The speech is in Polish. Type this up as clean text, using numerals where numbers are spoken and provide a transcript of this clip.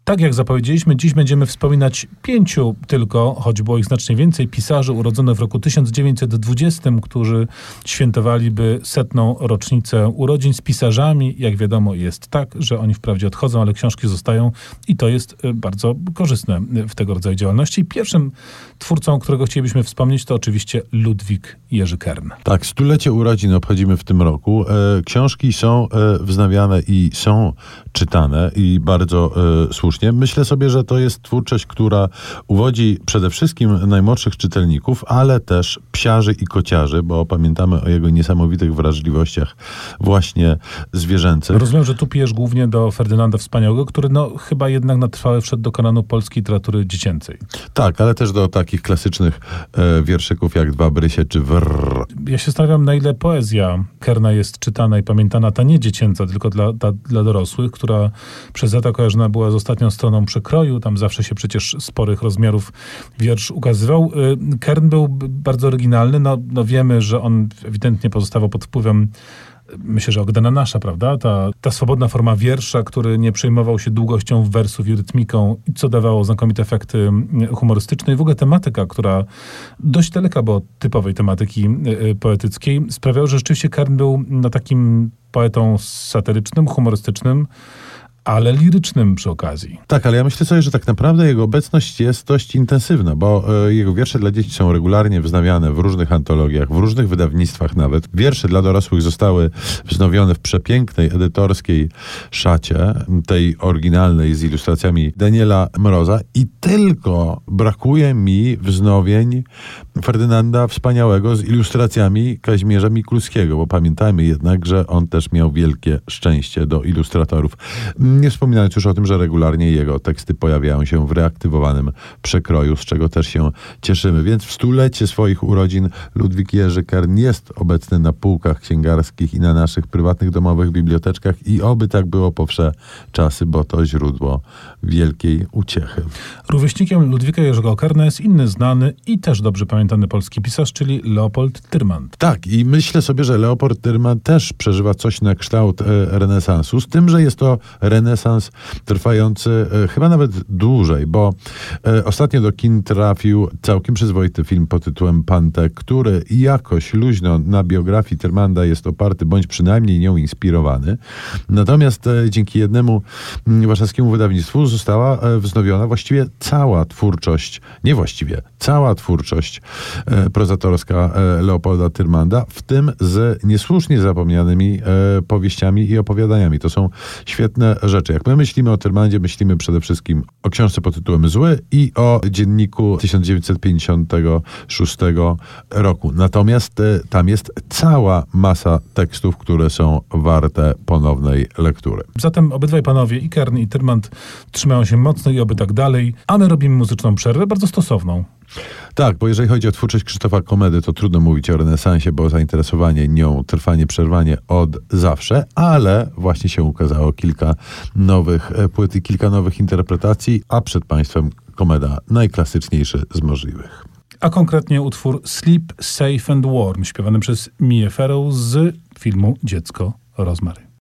Tak jak zapowiedzieliśmy, dziś będziemy wspominać 5 tylko, choć było ich znacznie więcej, pisarzy urodzonych w roku 1920, którzy świętowaliby 100. rocznicę urodzin. Z pisarzami, jak wiadomo, jest tak, że oni wprawdzie odchodzą, ale książki zostają i to jest bardzo korzystne w tego rodzaju działalności. Pierwszym twórcą, którego chcielibyśmy wspomnieć, to oczywiście Ludwik Jerzy Kern. Tak, 100-lecie urodzin obchodzimy w tym roku. Książki są wznawiane i są czytane i bardzo słusznie. Myślę sobie, że to jest twórczość, która uwodzi przede wszystkim najmłodszych czytelników, ale też psiarzy i kociarzy, bo pamiętamy o jego niesamowitych wrażliwościach właśnie zwierzęcych. Rozumiem, że tu pijesz głównie do Ferdynanda Wspaniałego, który chyba jednak na trwałe wszedł do kanonu polskiej literatury dziecięcej. Tak, ale też do takich klasycznych wierszyków jak Dwa Brysie czy Wrrr. Ja się zastanawiam, na ile poezja Kerna jest czytana i pamiętana, ta nie dziecięca, tylko dla dorosłych, która przez lata kojarzona była z ostatnią stroną Przekroju. Tam zawsze się przecież sporych rozmiarów wiersz ukazywał. Kern był bardzo oryginalny. No wiemy, że on ewidentnie pozostawał pod wpływem, myślę, że Ogdena Nasza, prawda? Ta swobodna forma wiersza, który nie przejmował się długością wersów i rytmiką, co dawało znakomite efekty humorystyczne. I w ogóle tematyka, która dość daleka była od typowej tematyki poetyckiej, sprawiała, że rzeczywiście Kern był takim poetą satyrycznym, humorystycznym, ale lirycznym przy okazji. Tak, ale ja myślę sobie, że tak naprawdę jego obecność jest dość intensywna, bo jego wiersze dla dzieci są regularnie wznawiane w różnych antologiach, w różnych wydawnictwach nawet. Wiersze dla dorosłych zostały wznowione w przepięknej, edytorskiej szacie, tej oryginalnej z ilustracjami Daniela Mroza i tylko brakuje mi wznowień Ferdynanda Wspaniałego z ilustracjami Kazimierza Mikulskiego, bo pamiętajmy jednak, że on też miał wielkie szczęście do ilustratorów. Nie wspominając już o tym, że regularnie jego teksty pojawiają się w reaktywowanym Przekroju, z czego też się cieszymy. Więc w 100-lecie swoich urodzin Ludwik Jerzy Kern jest obecny na półkach księgarskich i na naszych prywatnych domowych biblioteczkach i oby tak było po wsze czasy, bo to źródło wielkiej uciechy. Rówieśnikiem Ludwika Jerzego Kerna jest inny znany i też dobrze pamiętany polski pisarz, czyli Leopold Tyrmand. Tak, i myślę sobie, że Leopold Tyrmand też przeżywa coś na kształt renesansu, z tym, że jest to renesans trwający chyba nawet dłużej, bo ostatnio do kin trafił całkiem przyzwoity film pod tytułem Pantek, który jakoś luźno na biografii Tyrmanda jest oparty, bądź przynajmniej nią inspirowany. Natomiast dzięki jednemu warszawskiemu wydawnictwu została wznowiona właściwie cała twórczość, cała twórczość prozatorska Leopolda Tyrmanda, w tym z niesłusznie zapomnianymi powieściami i opowiadaniami. To są świetne rzeczy. Jak my myślimy o Tyrmandzie, myślimy przede wszystkim o książce pod tytułem Zły i o dzienniku 1956 roku. Natomiast tam jest cała masa tekstów, które są warte ponownej lektury. Zatem obydwaj panowie, i Kern, i Tyrmand, trzymają się mocno i oby tak dalej, a my robimy muzyczną przerwę, bardzo stosowną. Tak, bo jeżeli chodzi o twórczość Krzysztofa Komedy, to trudno mówić o renesansie, bo zainteresowanie nią trwa nieprzerwanie od zawsze, ale właśnie się ukazało kilka nowych płyt i kilka nowych interpretacji, a przed państwem Komeda najklasyczniejszy z możliwych. A konkretnie utwór Sleep Safe and Warm, śpiewany przez Mię Farrow z filmu Dziecko Rosemary.